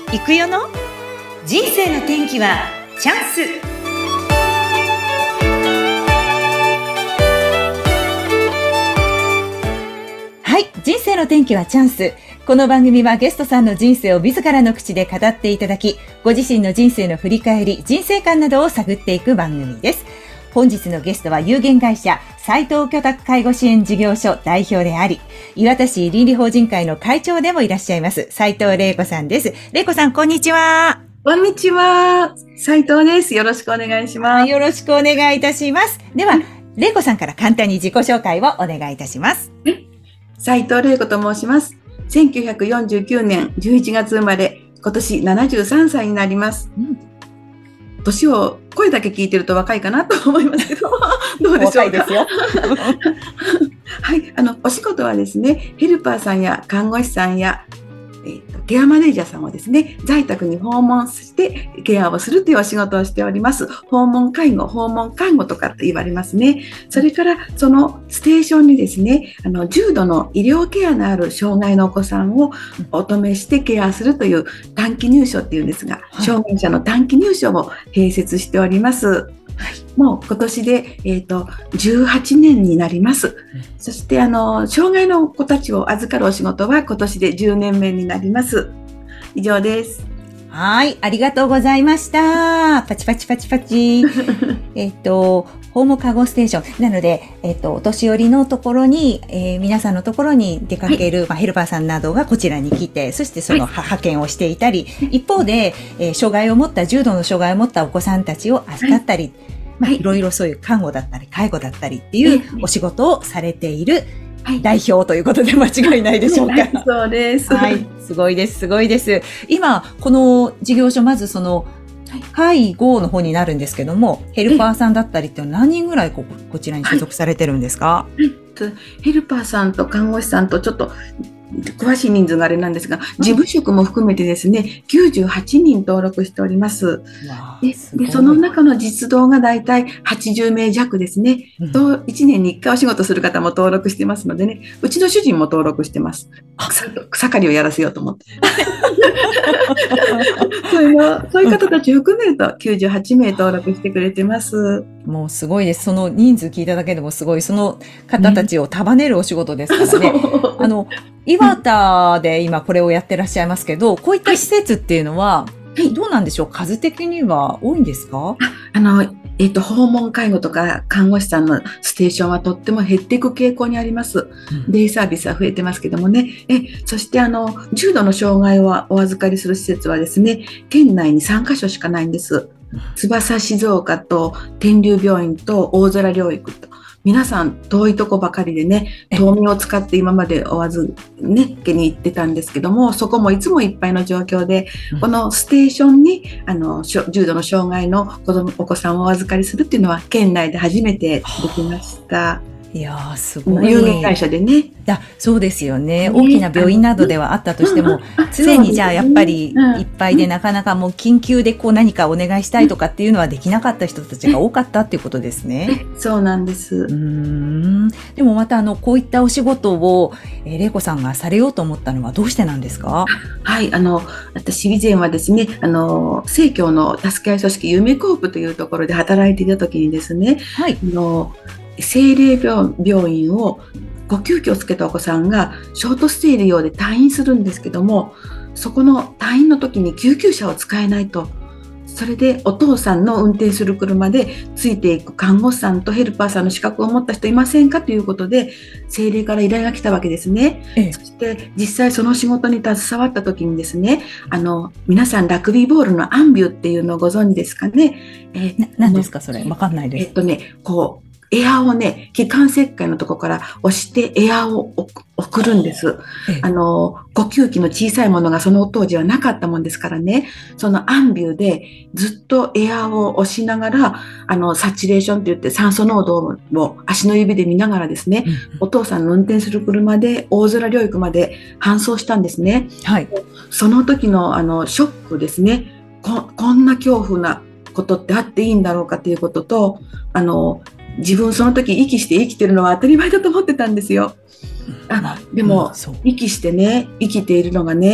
行くよの人生の転機はチャンス。はい、人生の転機はチャンス。この番組はゲストさんの人生を自らの口で語っていただき、ご自身の人生の振り返り、人生観などを探っていく番組です。本日のゲストは有限会社斉藤居宅介護支援事業所代表であり、岩田市倫理法人会の会長でもいらっしゃいます斉藤玲子さんです。玲子さん、こんにちは。 こんにちは。斉藤です。よろしくお願いします。 よろしくお願いいたします。では、玲子さんから簡単に自己紹介をお願いいたします。 斉藤玲子と申します。1949年11月生まれ、今年73歳になります。年を声だけ聞いてると若いかなと思いますけど、どうでしょうか。若いですよ。はい、お仕事はですね、ヘルパーさんや看護師さんや、ケアマネージャーさんをですね、在宅に訪問してケアをするというお仕事をしております。訪問介護、訪問看護とかって言われますね。それからそのステーションにですね、重度の医療ケアのある障害のお子さんをお止めしてケアするという短期入所っていうんですが、障害者の短期入所を併設しております。もう今年で、18年になります。そして障害の子たちを預かるお仕事は今年で10年目になります。以上です。 はい、ありがとうございました。パチパチパチパチ。訪問看護ステーション。なので、お年寄りのところに、皆さんのところに出かける、ヘルパーさんなどがこちらに来て、そしてその派遣をしていたり、一方で、重度の障害を持ったお子さんたちを預かったり、いろいろそういう看護だったり、介護だったりっていうお仕事をされている代表ということで間違いないでしょうか。 そうです。 はい、すごいです、すごいです。今、この事業所、まずその、介護の方になるんですけども、ヘルパーさんだったりって何人ぐらいこちらに所属されてるんですか？ ヘルパーさんと看護師さんとちょっと詳しい人数があれなんですが、事務職も含めてですね、98人登録しております。でその中の実動がだいたい80名弱ですね。と1年に1回お仕事する方も登録してますのでね、うちの主人も登録してます。草刈りをやらせようと思って。そういう方たちを含めると98名登録してくれてます。 もうすごいです。その人数聞いただけでもすごい、その方たちを束ねるお仕事ですからね。岩田で今これをやってらっしゃいますけど、こういった施設っていうのは、どうなんでしょう？数的には多いんですか？ 訪問介護とか看護師さんのステーションはとっても減っていく傾向にあります。デイサービスは増えてますけどもね。そして重度の障害をお預かりする施設はですね、県内に3カ所しかないんです。翼静岡と天竜病院と大空療育と。皆さん遠いとこばかりでね、島民を使って今までお預けに行ってたんですけども、そこもいつもいっぱいの状況で、このステーションに重度の障害のお子さんをお預かりするっていうのは県内で初めてできました。 いやー、すごい。 有限会社でね。 そうですよね。大きな病院などではあったとしても、常にじゃあやっぱりいっぱいでなかなかもう緊急で何かお願いしたいとかっていうのはできなかった人たちが多かったっていうことですね。 そうなんです。 でもまたこういったお仕事を、玲子さんがされようと思ったのはどうしてなんですか？ はい、私以前はですね、生協の助け合い組織夢コープというところで働いていた時にですね、聖霊病院を呼吸器をつけたお子さんがショートステイ利用で退院するんですけども、そこの退院の時に救急車を使えないと。それでお父さんの運転する車でついていく看護師さんとヘルパーさんの資格を持った人いませんかということで、聖霊から依頼が来たわけですね。そして実際その仕事に携わった時にですね、皆さんラグビーボールのアンビューっていうのをご存知ですかね。 何ですかそれ？わかんないです。 エアをね、気管切開のところから押してエアを送るんです。呼吸器の小さいものがその当時はなかったもんですからね、そのアンビューでずっとエアを押しながら、サチュレーションって言って酸素濃度を足の指で見ながらですね、お父さんの運転する車で大空療育まで搬送したんですね。その時のショックですね。こんな恐怖なことってあっていいんだろうかということと、自分その時息して生きてるのは当たり前だと思ってたんですよ。でも息してね、生きているのがね、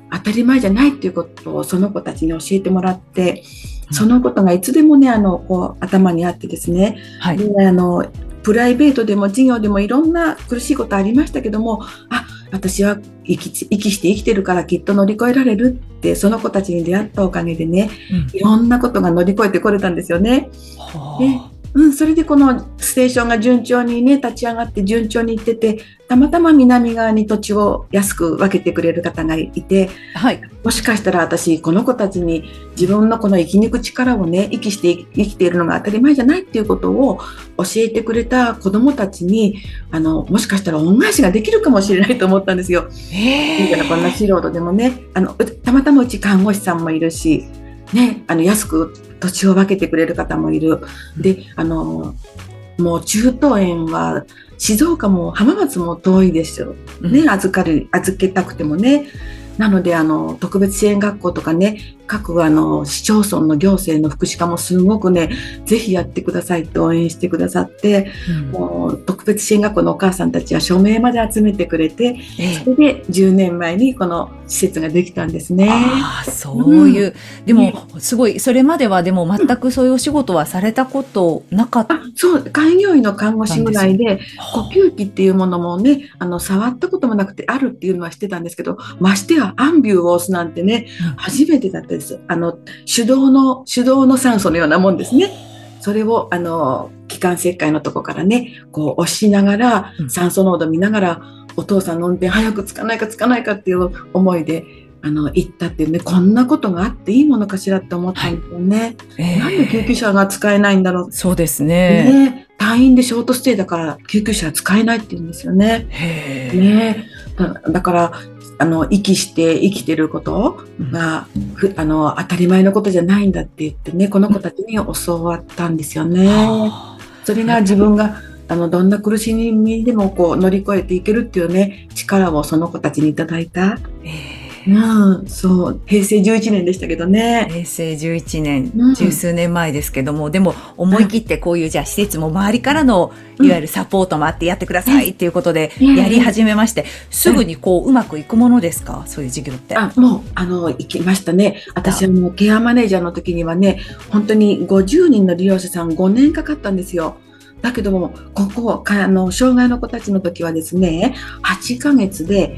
当たり前じゃないっていうことをその子たちに教えてもらって、そのことがいつでもね、こう頭にあってですね、 はい。 でプライベートでも授業でもいろんな苦しいことありましたけども、私は息して生きてるからきっと乗り越えられるって、その子たちに出会ったおかげでね、いろんなことが乗り越えてこれたんですよね。で、それでこのステーションが順調にね、立ち上がって順調にいってて、たまたま南側に土地を安く分けてくれる方がいて、 はい。 もしかしたら私、この子たちに自分のこの生き抜く力をね、生きているのが当たり前じゃないっていうことを教えてくれた子どもたちに、もしかしたら恩返しができるかもしれないと思ったんですよ。こんな素人でもね、たまたまうち看護師さんもいるし、ね、安く土地を分けてくれる方もいる。で、もう中東園は静岡も浜松も遠いですよ。ね、預けたくてもね。なので特別支援学校とかね、各市町村の行政の福祉課もすごくね、ぜひやってくださいって応援してくださって、もう特別支援学校のお母さんたちは署名まで集めてくれて、それで10年前にこの施設ができたんですね。 そういう、でもすごい、それまではでも全くそういうお仕事はされたことなかった。 そう、開業医の看護師ぐらいで、呼吸器っていうものもね、触ったこともなくてあるっていうのはしてたんですけど、ましてやアンビューを押すなんてね、初めてだったです。手動の酸素のようなもんですね。それを気管切開のとこからね、こう押しながら、酸素濃度見ながら、お父さんの運転早くつかないかっていう思いで行ったっていうね、こんなことがあっていいものかしらって思ったんですよね。なんで救急車が使えないんだろう。 そうですね。 退院でショートステイだから救急車は使えないって言うんですよね。だから息して生きてることが、当たり前のことじゃないんだって言ってね、この子たちに教わったんですよね。それが自分がどんな苦しみでもこう乗り越えていけるっていうね、力をその子たちにいただいた。そう、平成11年でしたけどね。 平成11年、十数年前ですけども、でも思い切ってこういうじゃあ施設も周りからのいわゆるサポートもあってやってくださいっていうことでやり始めまして、すぐにこううまくいくものですか、そういう授業って。 もう行きましたね。私ケアマネージャーの時にはね、本当に50人の利用者さん5年かかったんですよ。だけども、障害の子たちの時はですね、8ヶ月で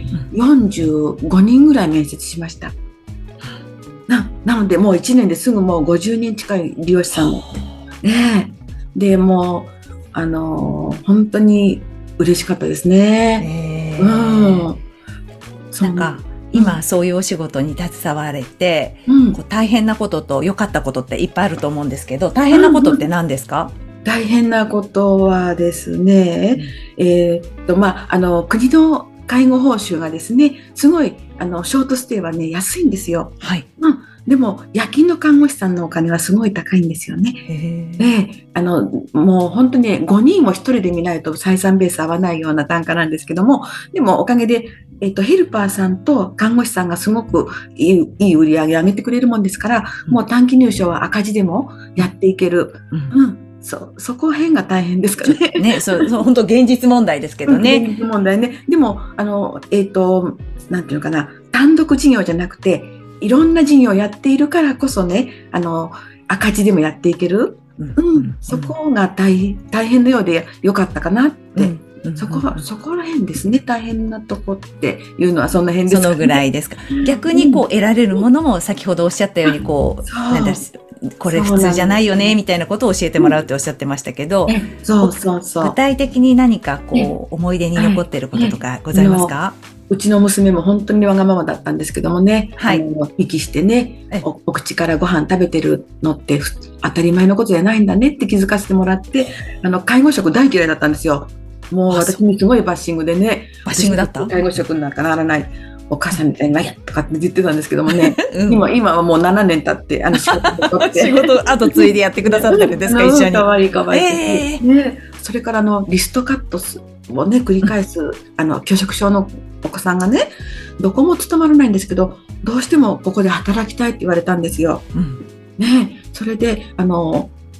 45人ぐらい面接しました。なので、もう1年ですぐもう50人近い利用者さんで、もう、本当に嬉しかったですね。 なんか、今そういうお仕事に携われて、こう大変なことと良かったことっていっぱいあると思うんですけど、大変なことって何ですか？ 大変なことはですね、国の介護報酬がですね、すごいショートステイはね、安いんですよ。でも夜勤の看護師さんのお金はすごい高いんですよね。もう本当に5人を1人で見ないと採算ベース合わないような単価なんですけども、でもおかげで、ヘルパーさんと看護師さんがすごくいい売り上げ上げてくれるもんですから、もう短期入所は赤字でもやっていける。そこ辺が大変ですかね。 本当現実問題ですけどね。 現実問題ね。でも、なんていうのかな、単独事業じゃなくて、いろんな事業をやっているからこそね、赤字でもやっていける。そこが大変なようでよかったかなって。そこら辺ですね。大変なとこっていうのはその辺ですかね。 そのぐらいですか。逆にこう得られるものも先ほどおっしゃったようにこれ普通じゃないよねみたいなことを教えてもらうっておっしゃってましたけど、具体的に何かこう思い出に残っていることとかございますか？ うちの娘も本当にわがままだったんですけどもね、息してね、お口からご飯食べてるのって当たり前のことじゃないんだねって気づかせてもらって、介護職大嫌いだったんですよ。もう私にすごいバッシングでね、 バッシングだった？ 介護職なんかならない。お母さんみたいになやとかって言ってたんですけどもね、今はもう7年経って仕事後継いでやってくださってるんですか？一緒に。 かわいいそれからリストカットをね繰り返す拒食症のお子さんがね、どこも務まらないんですけど、どうしてもここで働きたいって言われたんですよ。それで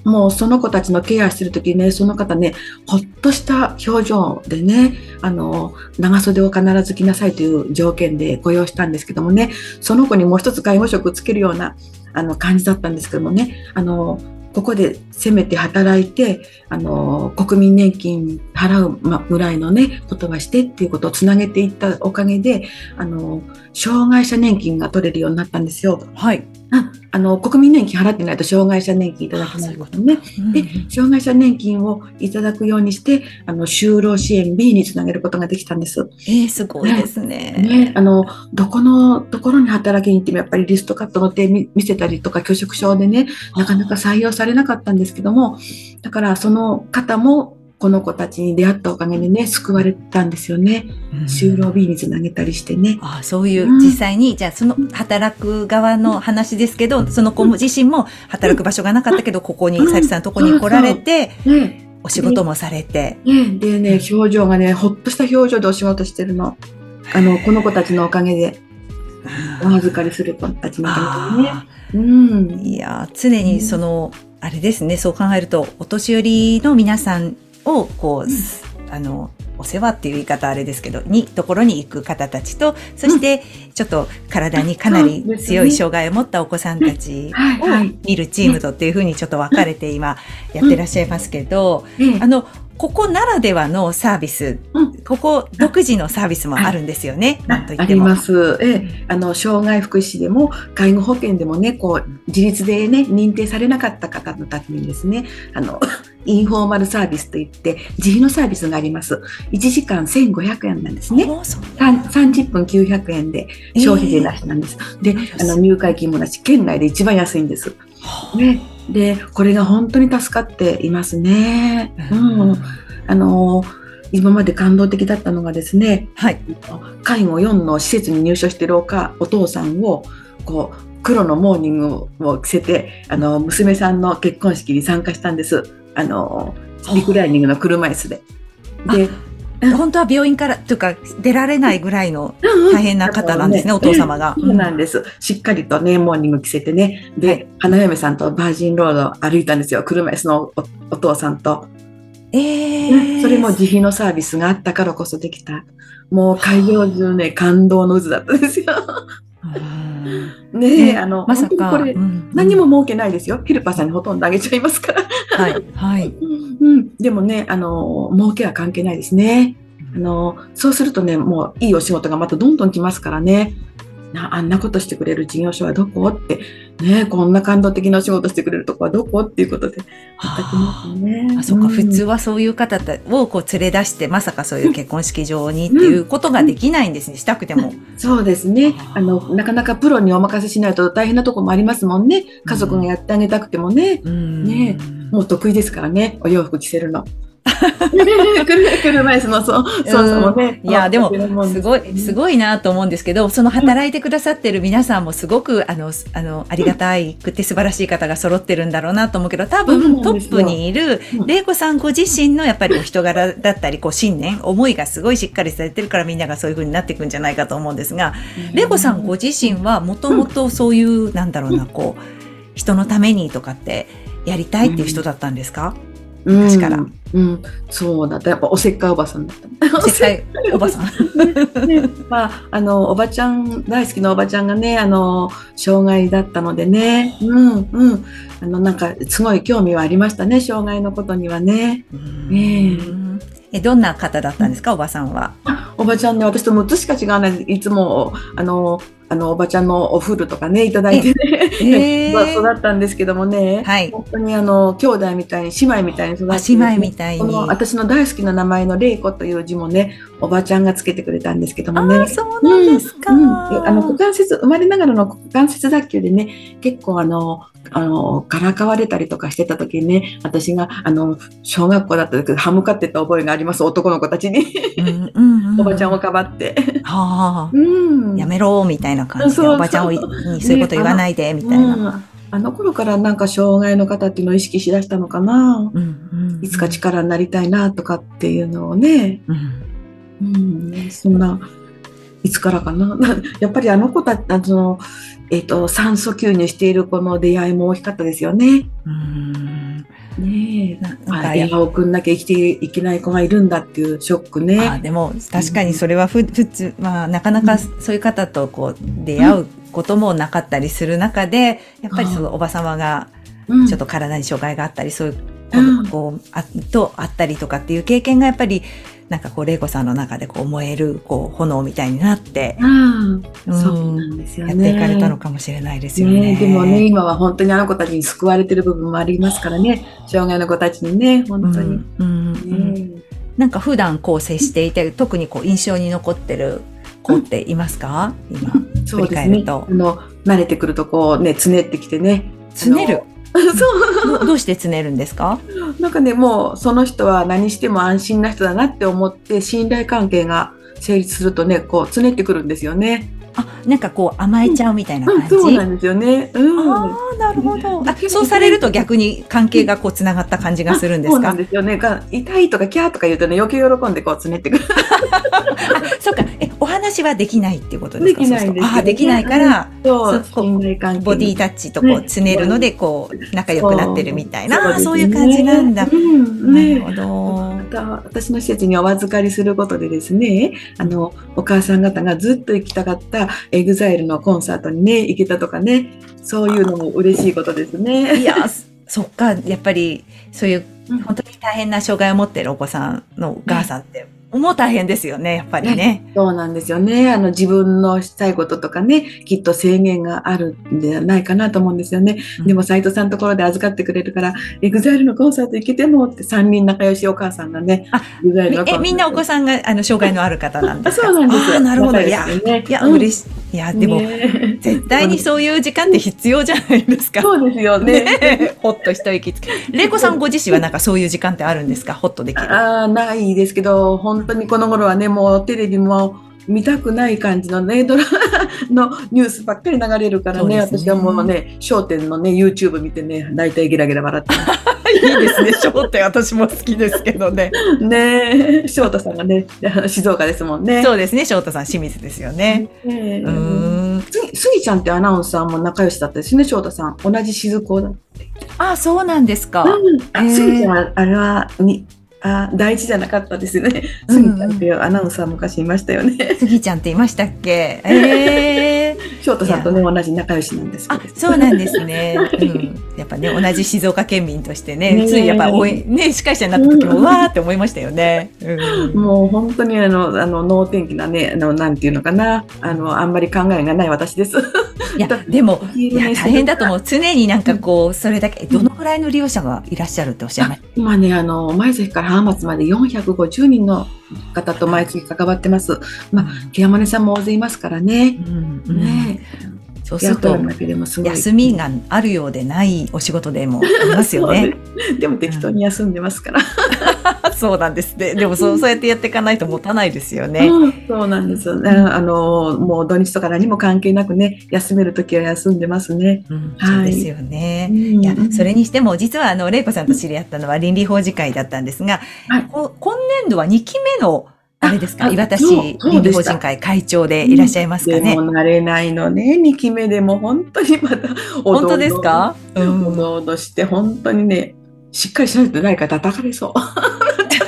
もうその子たちのケアしてる時ね、その方ね、ほっとした表情でね、長袖を必ず着なさいという条件で雇用したんですけどもね、その子にもう一つ介護職つけるような感じだったんですけどもね、ここでせめて働いて、国民年金払うぐらいのね、ことはしてっていうことをつなげていったおかげで、障害者年金が取れるようになったんですよ。 はい。 国民年金払ってないと障害者年金いただけないですね。で、障害者年金をいただくようにして、就労支援 B につなげることができたんです。 すごいですね。 どこのところに働きに行ってもやっぱりリストカットの手見せたりとか拒職証でね、なかなか採用されなかったんですけども、だからその方もこの子たちに出会ったおかげでね、救われたんですよね。就労 B につなげたりしてね。 そういう、実際に、じゃあその働く側の話ですけど、その子自身も働く場所がなかったけど、ここに、さきさんのとこに来られて、お仕事もされて。 でね、表情がね、ほっとした表情でお仕事してるの。この子たちのおかげで、お預かりする子たちのおかげでね。 いや、常にあれですね、そう考えると、お年寄りの皆さんを、お世話っていう言い方あれですけど、ところに行く方たちと、そして、ちょっと体にかなり強い障害を持ったお子さんたちを見るチームとっていうふうにちょっと分かれて今やってらっしゃいますけど、ここならではのサービス、ここ独自のサービスもあるんですよね。なんといっても。 あります。障害福祉士でも介護保険でもね、自立でね、認定されなかった方のためにですね、インフォーマルサービスといって自費のサービスがあります。1時間1500円なんですね。30分900円で消費税なしなんです。で、入会金もなし、県内で一番安いんです。ね。で、これが本当に助かっていますね。今まで感動的だったのがですね、介護4の施設に入所しているお父さんを黒のモーニングを着せて娘さんの結婚式に参加したんです。リクライニングの車椅子で。 本当は病院からというか出られないぐらいの大変な方なんですね、お父様が。 そうなんです。しっかりとね、モーニング着せてね。で、花嫁さんとバージンロードを歩いたんですよ。車椅子のお父さんと。それも自費のサービスがあったからこそできた。もう会場中ね、感動の渦だったんですよ。ねえ、 まさか。 これ、何も儲けないですよ。ヘルパーさんにほとんどあげちゃいますから。でもね、儲けは関係ないですね。そうするとね、もういいお仕事がまたどんどん来ますからね。あんなことしてくれる事業所はどこってね、こんな感動的なお仕事してくれるとこはどこっていうことで働きますね。 そうか、普通はそういう方を連れ出して、まさかそういう結婚式場にっていうことができないんですね、したくても。 そうですね。なかなかプロにお任せしないと大変なところもありますもんね。家族がやってあげたくてもね。ね、もう得意ですからね、お洋服着せるの。車椅子のそうもね。 いや、でも、すごいなと思うんですけど、その働いてくださってる皆さんもすごく、ありがたいくて素晴らしい方が揃ってるんだろうなと思うけど、多分トップにいる、玲子さんご自身のやっぱりお人柄だったり、信念、思いがすごいしっかりされてるからみんながそういう風になっていくんじゃないかと思うんですが、玲子さんご自身はもともとそういう、なんだろうな、人のためにとかってやりたいっていう人だったんですか？昔から。 そうだった。やっぱおせっかいおばさんだった。 おせっかいおばさん。 おばちゃん、大好きなおばちゃんがね、障害だったのでね、なんかすごい興味はありましたね、障害のことにはね。 どんな方だったんですか、おばさんは。 おばちゃんね、私と6つしか違わない。いつも、おばちゃんのお風呂とかね、いただいてね、育ったんですけどもね、本当に兄弟みたいに、姉妹みたいに育って、 姉妹みたいに。 私の大好きな名前の玲子という字もね、おばちゃんがつけてくれたんですけどもね。 そうなんですか。 股関節、生まれながらの股関節脱臼でね、結構からかわれたりとかしてた時にね、私が小学校だった時歯向かってた覚えがあります、男の子たちに。おばちゃんをかばって。 やめろみたいな感じで、おばちゃんにそういうこと言わないでみたいな。 あの頃からなんか障害の方っていうのを意識しだしたのかな。いつか力になりたいなとかっていうのをね。そんないつからかな。やっぱりあの子たち、酸素吸入している子の出会いも大きかったですよね。ねえ、電話を送んなきゃ生きていけない子がいるんだっていうショックね。 でも確かにそれは普通、なかなかそういう方とこう出会うこともなかったりする中で、やっぱりそのおばさまがちょっと体に障害があったり、そういう子とあったりとかっていう経験がやっぱりなんかこう玲子さんの中でこう燃えるこう炎みたいになって、 そうなんですよね。 やっていかれたのかもしれないですよね。 でもね、今は本当にあの子たちに救われてる部分もありますからね。障害の子たちにね、本当に。 なんか普段こう接していて、特にこう印象に残ってる子っていますか？今振り返ると。 慣れてくるとこうね、つねってきてね。 つねる？ そう。 どうしてつねるんですか？ なんかね、もうその人は何しても安心な人だなって思って、信頼関係が成立するとね、こうつねってくるんですよね。 なんかこう甘えちゃうみたいな感じ？ そうなんですよね。 なるほど。そうされると逆に関係がこうつながった感じがするんですか？ そうなんですよね。痛いとかキャーとか言うとね、余計喜んでこうつねってくる。 そうか。お話はできないっていうことですか？ できないんです。 できないから、 信頼関係。 ボディタッチとこうつねるので、こう仲良くなってるみたいな、そういう感じなんだ。なるほど。 私の施設にお預かりすることでですね、お母さん方がずっと行きたかったエグザイルのコンサートにね、行けたとかね、そういうのも嬉しいことですね。 いや、そっか、やっぱりそういう本当に大変な障害を持っているお子さんのお母さんって、もう大変ですよね、やっぱりね。 そうなんですよね。自分のしたいこととかね、きっと制限があるんではないかなと思うんですよね。でも斉藤さんのところで預かってくれるから、エグザイルのコンサート行けてもって3人仲良しお母さんがね。 みんなお子さんが障害のある方なんですか？ そうなんですよ。 なるほど。いや、嬉しい。いや、でも、絶対にそういう時間って必要じゃないですか。 そうですよね。 ほっと一息つけ。玲子さんご自身はなんかそういう時間ってあるんですか？ほっとできる。 ないですけど、本当にこの頃はね、もうテレビも見たくない感じのね、ドラマのニュースばっかり流れるからね、私はもうね、笑点のね、YouTube 見てね、大体ゲラゲラ笑ってます。 いいですね、笑点私も好きですけどね。 ねえ、翔太さんがね、静岡ですもんね。 そうですね、翔太さん清水ですよね。 スギちゃんってアナウンサーも仲良しだったですね、翔太さん。同じ静子だって。 そうなんですか。 スギちゃん、あれは第一じゃなかったですね。スギちゃんっていうアナウンサー昔いましたよね。 スギちゃんっていましたっけ？ 翔太さんとね、同じ仲良しなんですけど。 そうなんですね。やっぱね、同じ静岡県民としてね、ついやっぱ司会者になった時も、うわーって思いましたよね。 もう本当に能天気なね、なんていうのかな、あんまり考えがない私です。 いや、でも、大変だと思う。常になんかこう、それだけ、どのくらいの利用者がいらっしゃるっておっしゃいました？ 今ね、前関から浜松まで450人の方と毎月関わってます。ケアマネさんも大勢いますからね。 そうすると、休みがあるようでないお仕事でもありますよね。 でも適当に休んでますから。 そうなんですね。でもそうやってやっていかないと持たないですよね。 そうなんですよね。もう土日とか何も関係なくね、休めるときは休んでますね。 そうですよね。いや、それにしても、実は玲子さんと知り合ったのは倫理法事会だったんですが、今年度は2期目のあれですか、岩田市倫理法人会会長でいらっしゃいますかね。 でも慣れないのね、2期目でも本当にまた本当ですか？ おどおどして本当にね、しっかりしないとないから叩かれそう。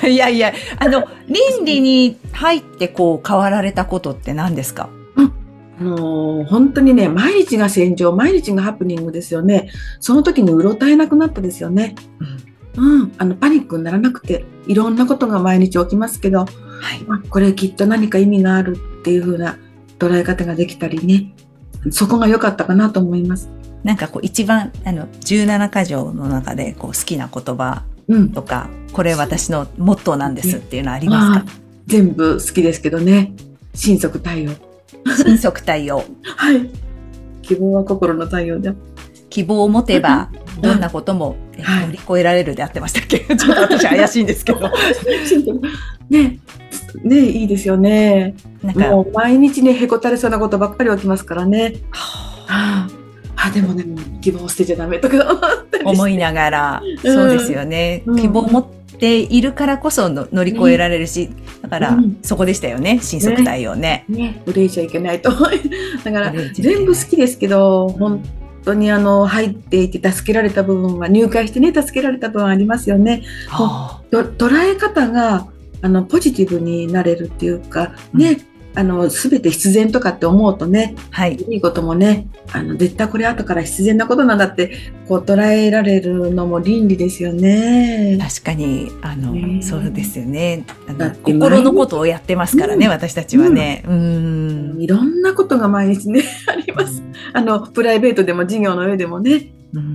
いやいや、倫理に入ってこう変わられたことって何ですか？ 本当にね、毎日が戦場、毎日がハプニングですよね。その時にうろたえなくなったですよね。パニックにならなくて、いろんなことが毎日起きますけど、これきっと何か意味があるっていう風な捉え方ができたりね、そこが良かったかなと思います。 なんかこう一番17箇条の中でこう好きな言葉とか、これ私のモットーなんですっていうのはありますか？ 全部好きですけどね。心底太陽。 心底太陽。 はい。希望は心の太陽だ。 希望を持てばどんなことも乗り越えられるであってましたっけ？ちょっと私怪しいんですけど。 ね、いいですよね。もう毎日ね、へこたれそうなことばっかり起きますからね。でもね、希望を捨てちゃダメとか思いながら、そうですよね。希望を持ってているからこその乗り越えられるし、だからそこでしたよね、新速対応ね。 憂いちゃいけないと思い。だから全部好きですけど、本当に入っていて助けられた部分は、入会してね、助けられた部分ありますよね。捉え方がポジティブになれるっていうかね、すべて必然とかって思うとね、いいこともね、絶対これ後から必然なことなんだってこう捉えられるのも倫理ですよね。 確かにそうですよね。心のことをやってますからね、私たちはね。 いろんなことが毎日ねあります。プライベートでも授業の上でもね。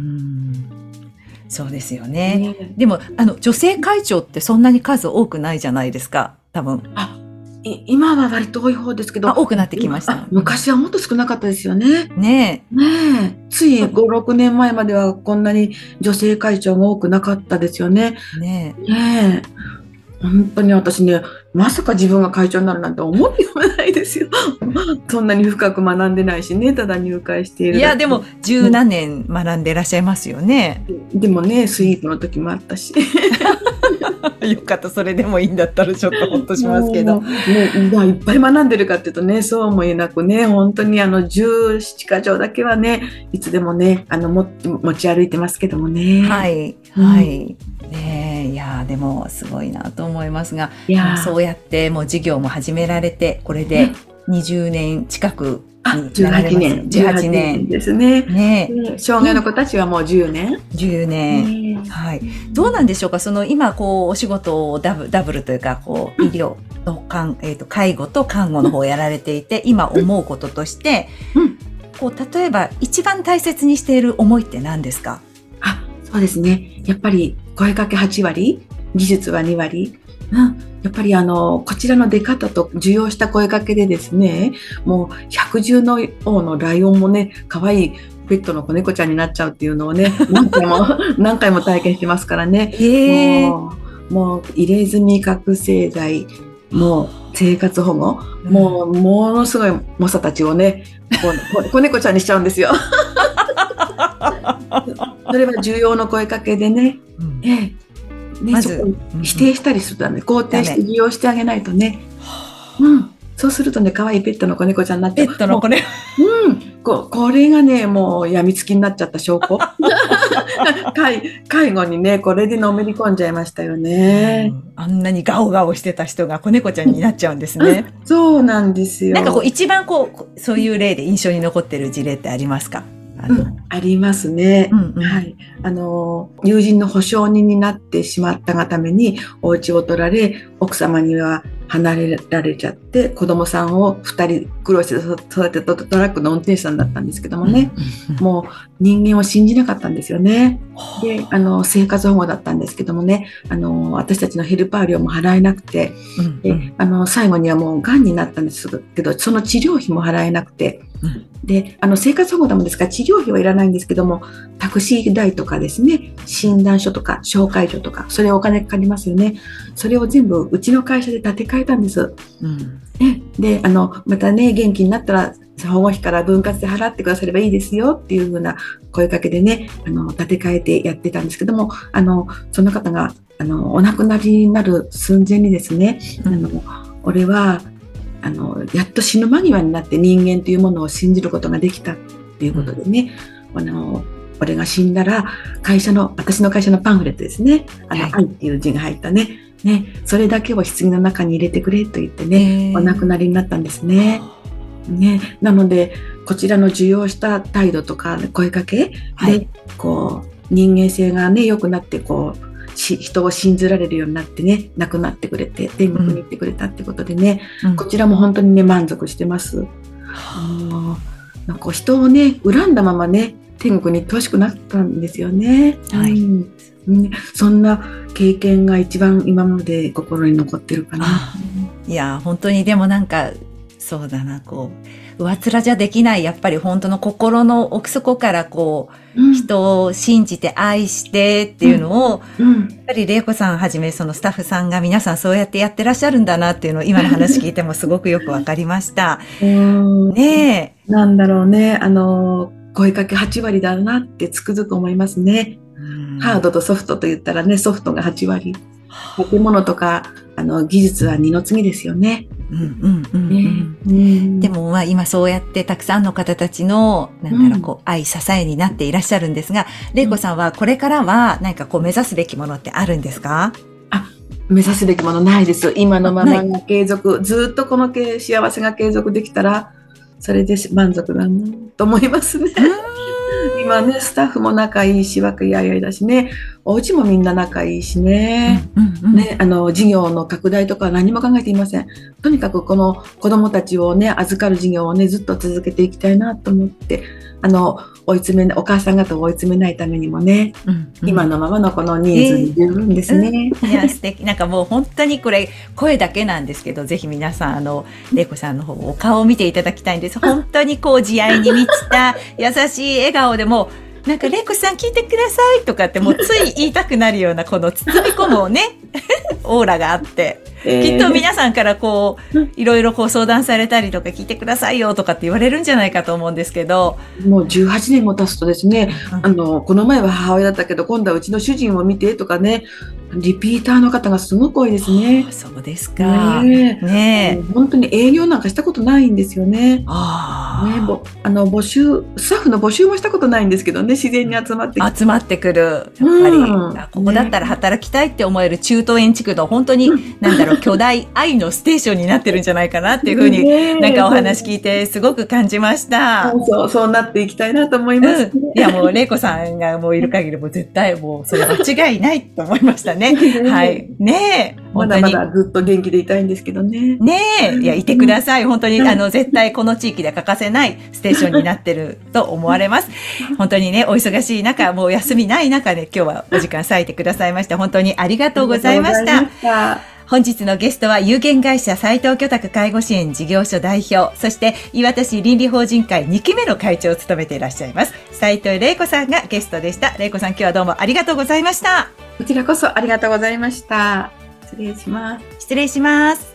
そうですよね。でも女性会長ってそんなに数多くないじゃないですか、多分。 今は割と多い方ですけど。 多くなってきました。 昔はもっと少なかったですよね。 ねえ。つい5、6年前まではこんなに女性会長が多くなかったですよね。ねえ。本当に私ね、まさか自分が会長になるなんて思ってもないですよ。そんなに深く学んでないしね、ただ入会している。 いや、でも十何年学んでいらっしゃいますよね。 でもね、スイープの時もあったし。 よかった、それでもいいんだったらちょっとほっとしますけど。 いっぱい学んでるかっていうとね、そうも言えなくね、本当に17か条だけはね、いつでもね、持ち歩いてますけどもね。 はい、はい。ねえ、いやでもすごいなと思いますが、そうやってもう授業も始められて、これで20年近くになられます。18年ですね。障害の子たちはもう10年。 10年。はい。どうなんでしょうか、今お仕事をダブルというか、医療と介護と看護の方をやられていて、今思うこととして、例えば一番大切にしている思いって何ですか？ そうですね。やっぱり声かけ8割、技術は2割。やっぱりこちらの出方と受容した声かけでですね、もう百獣の王のライオンもね、可愛いペットの子猫ちゃんになっちゃうっていうのをね、何回も体験してますからね。もう入れ墨覚醒剤、もう生活保護、もうものすごい猛者たちをね、子猫ちゃんにしちゃうんですよ。それは重要の声かけでね、まず否定したりするとね、肯定して利用してあげないとね、そうするとね、可愛いペットの子猫ちゃんになっちゃう。 ペットの子猫。 これがね、もう病みつきになっちゃった証拠。介護にね、これでのめり込んじゃいましたよね。 あんなにガオガオしてた人が子猫ちゃんになっちゃうんですね。 そうなんですよ。 なんか一番そういう例で印象に残ってる事例ってありますか？ ありますね。はい。友人の保証人になってしまったがために、お家を取られ、奥様には離れられちゃって、子供さんを2人苦労して育てたトラックの運転手さんだったんですけどもね、もう人間を信じなかったんですよね。で、生活保護だったんですけどもね、私たちのヘルパー料も払えなくて、で最後にはもう癌になったんですけど、その治療費も払えなくて、で生活保護でもですから治療費はいらないんですけども、タクシー代とかですね、診断書とか紹介書とか、それお金かかりますよね。それを全部うちの会社で立て替えたんです。でまたね、元気になったら保護費から分割で払ってくださればいいですよっていう風な声かけでね、立て替えてやってたんですけども、その方がお亡くなりになる寸前にですね、俺はやっと死ぬ間際になって人間というものを信じることができたっていうことでね、俺が死んだら私の会社のパンフレットですね、愛っていう字が入ったね、それだけを棺の中に入れてくれと言ってね、お亡くなりになったんですね。なのでこちらの受容した態度とか声かけで、人間性がね良くなって、人を信じられるようになってね、亡くなってくれて天国に行ってくれたってことでね、こちらも本当にね満足してます。なんか人をね恨んだままね天国に行ってほしくなったんですよね。そんな経験が一番今まで心に残ってるかな。 いや本当に、でもなんかそうだな、上っ面じゃできない、やっぱり本当の心の奥底から人を信じて愛してっていうのを、やっぱり玲子さんはじめそのスタッフさんが皆さんそうやってやってらっしゃるんだなっていうのを今の話聞いてもすごくよくわかりました。ねえ。 なんだろうね、声かけ8割だなってつくづく思いますね。ハードとソフトと言ったらね、ソフトが8割。 建物とか、技術は二の次ですよね。 でも、まあ、今そうやってたくさんの方たちの、愛、支えになっていらっしゃるんですが、玲子さんはこれからは何か目指すべきものってあるんですか？ 目指すべきものないです。今のままが継続、ずっとこの幸せが継続できたら、それで満足だなと思いますね。今ね、スタッフも仲いいし、和気あいあいだしね、お家もみんな仲いいしね、事業の拡大とかは何も考えていません。とにかくこの子供たちをね、預かる事業をね、ずっと続けていきたいなと思って、お母さん方を追い詰めないためにもね、今のままのこの人数に十分ですね。 いや、素敵。もう本当にこれ、声だけなんですけど、ぜひ皆さん、玲子さんの方、お顔を見ていただきたいんです。本当に慈愛に満ちた、優しい笑顔でも、玲子さん聞いてくださいとかってもうつい言いたくなるようなこの包み込むね、オーラがあって、きっと皆さんからいろいろ相談されたりとか聞いてくださいよとかって言われるんじゃないかと思うんですけど。 もう18年も経つとですね、この前は母親だったけど今度はうちの主人を見てとかね、リピーターの方がすごく多いですね。 そうですか。ねえ。本当に営業なんかしたことないんですよね。募集、スタッフの募集もしたことないんですけどね、自然に集まってくる。 やっぱり、ここだったら働きたいって思える中東円地区の本当に、巨大愛のステーションになってるんじゃないかなっていうふうに、お話聞いてすごく感じました。 そうなっていきたいなと思います。 いや、もう、玲子さんがいる限り絶対それ間違いないと思いましたね。はい。ねえ。 まだまだずっと元気でいたいんですけどね。 ねえ。いや、いてください。本当に、絶対この地域で欠かせないステーションになってると思われます。本当にね、お忙しい中、もう休みない中で今日はお時間割いてくださいまして、本当にありがとうございました。本日のゲストは有限会社斉藤居宅介護支援事業所代表、そして岩田市倫理法人会2期目の会長を務めていらっしゃいます斉藤玲子さんがゲストでした。玲子さん、今日はどうもありがとうございました。 こちらこそありがとうございました。失礼します。 失礼します。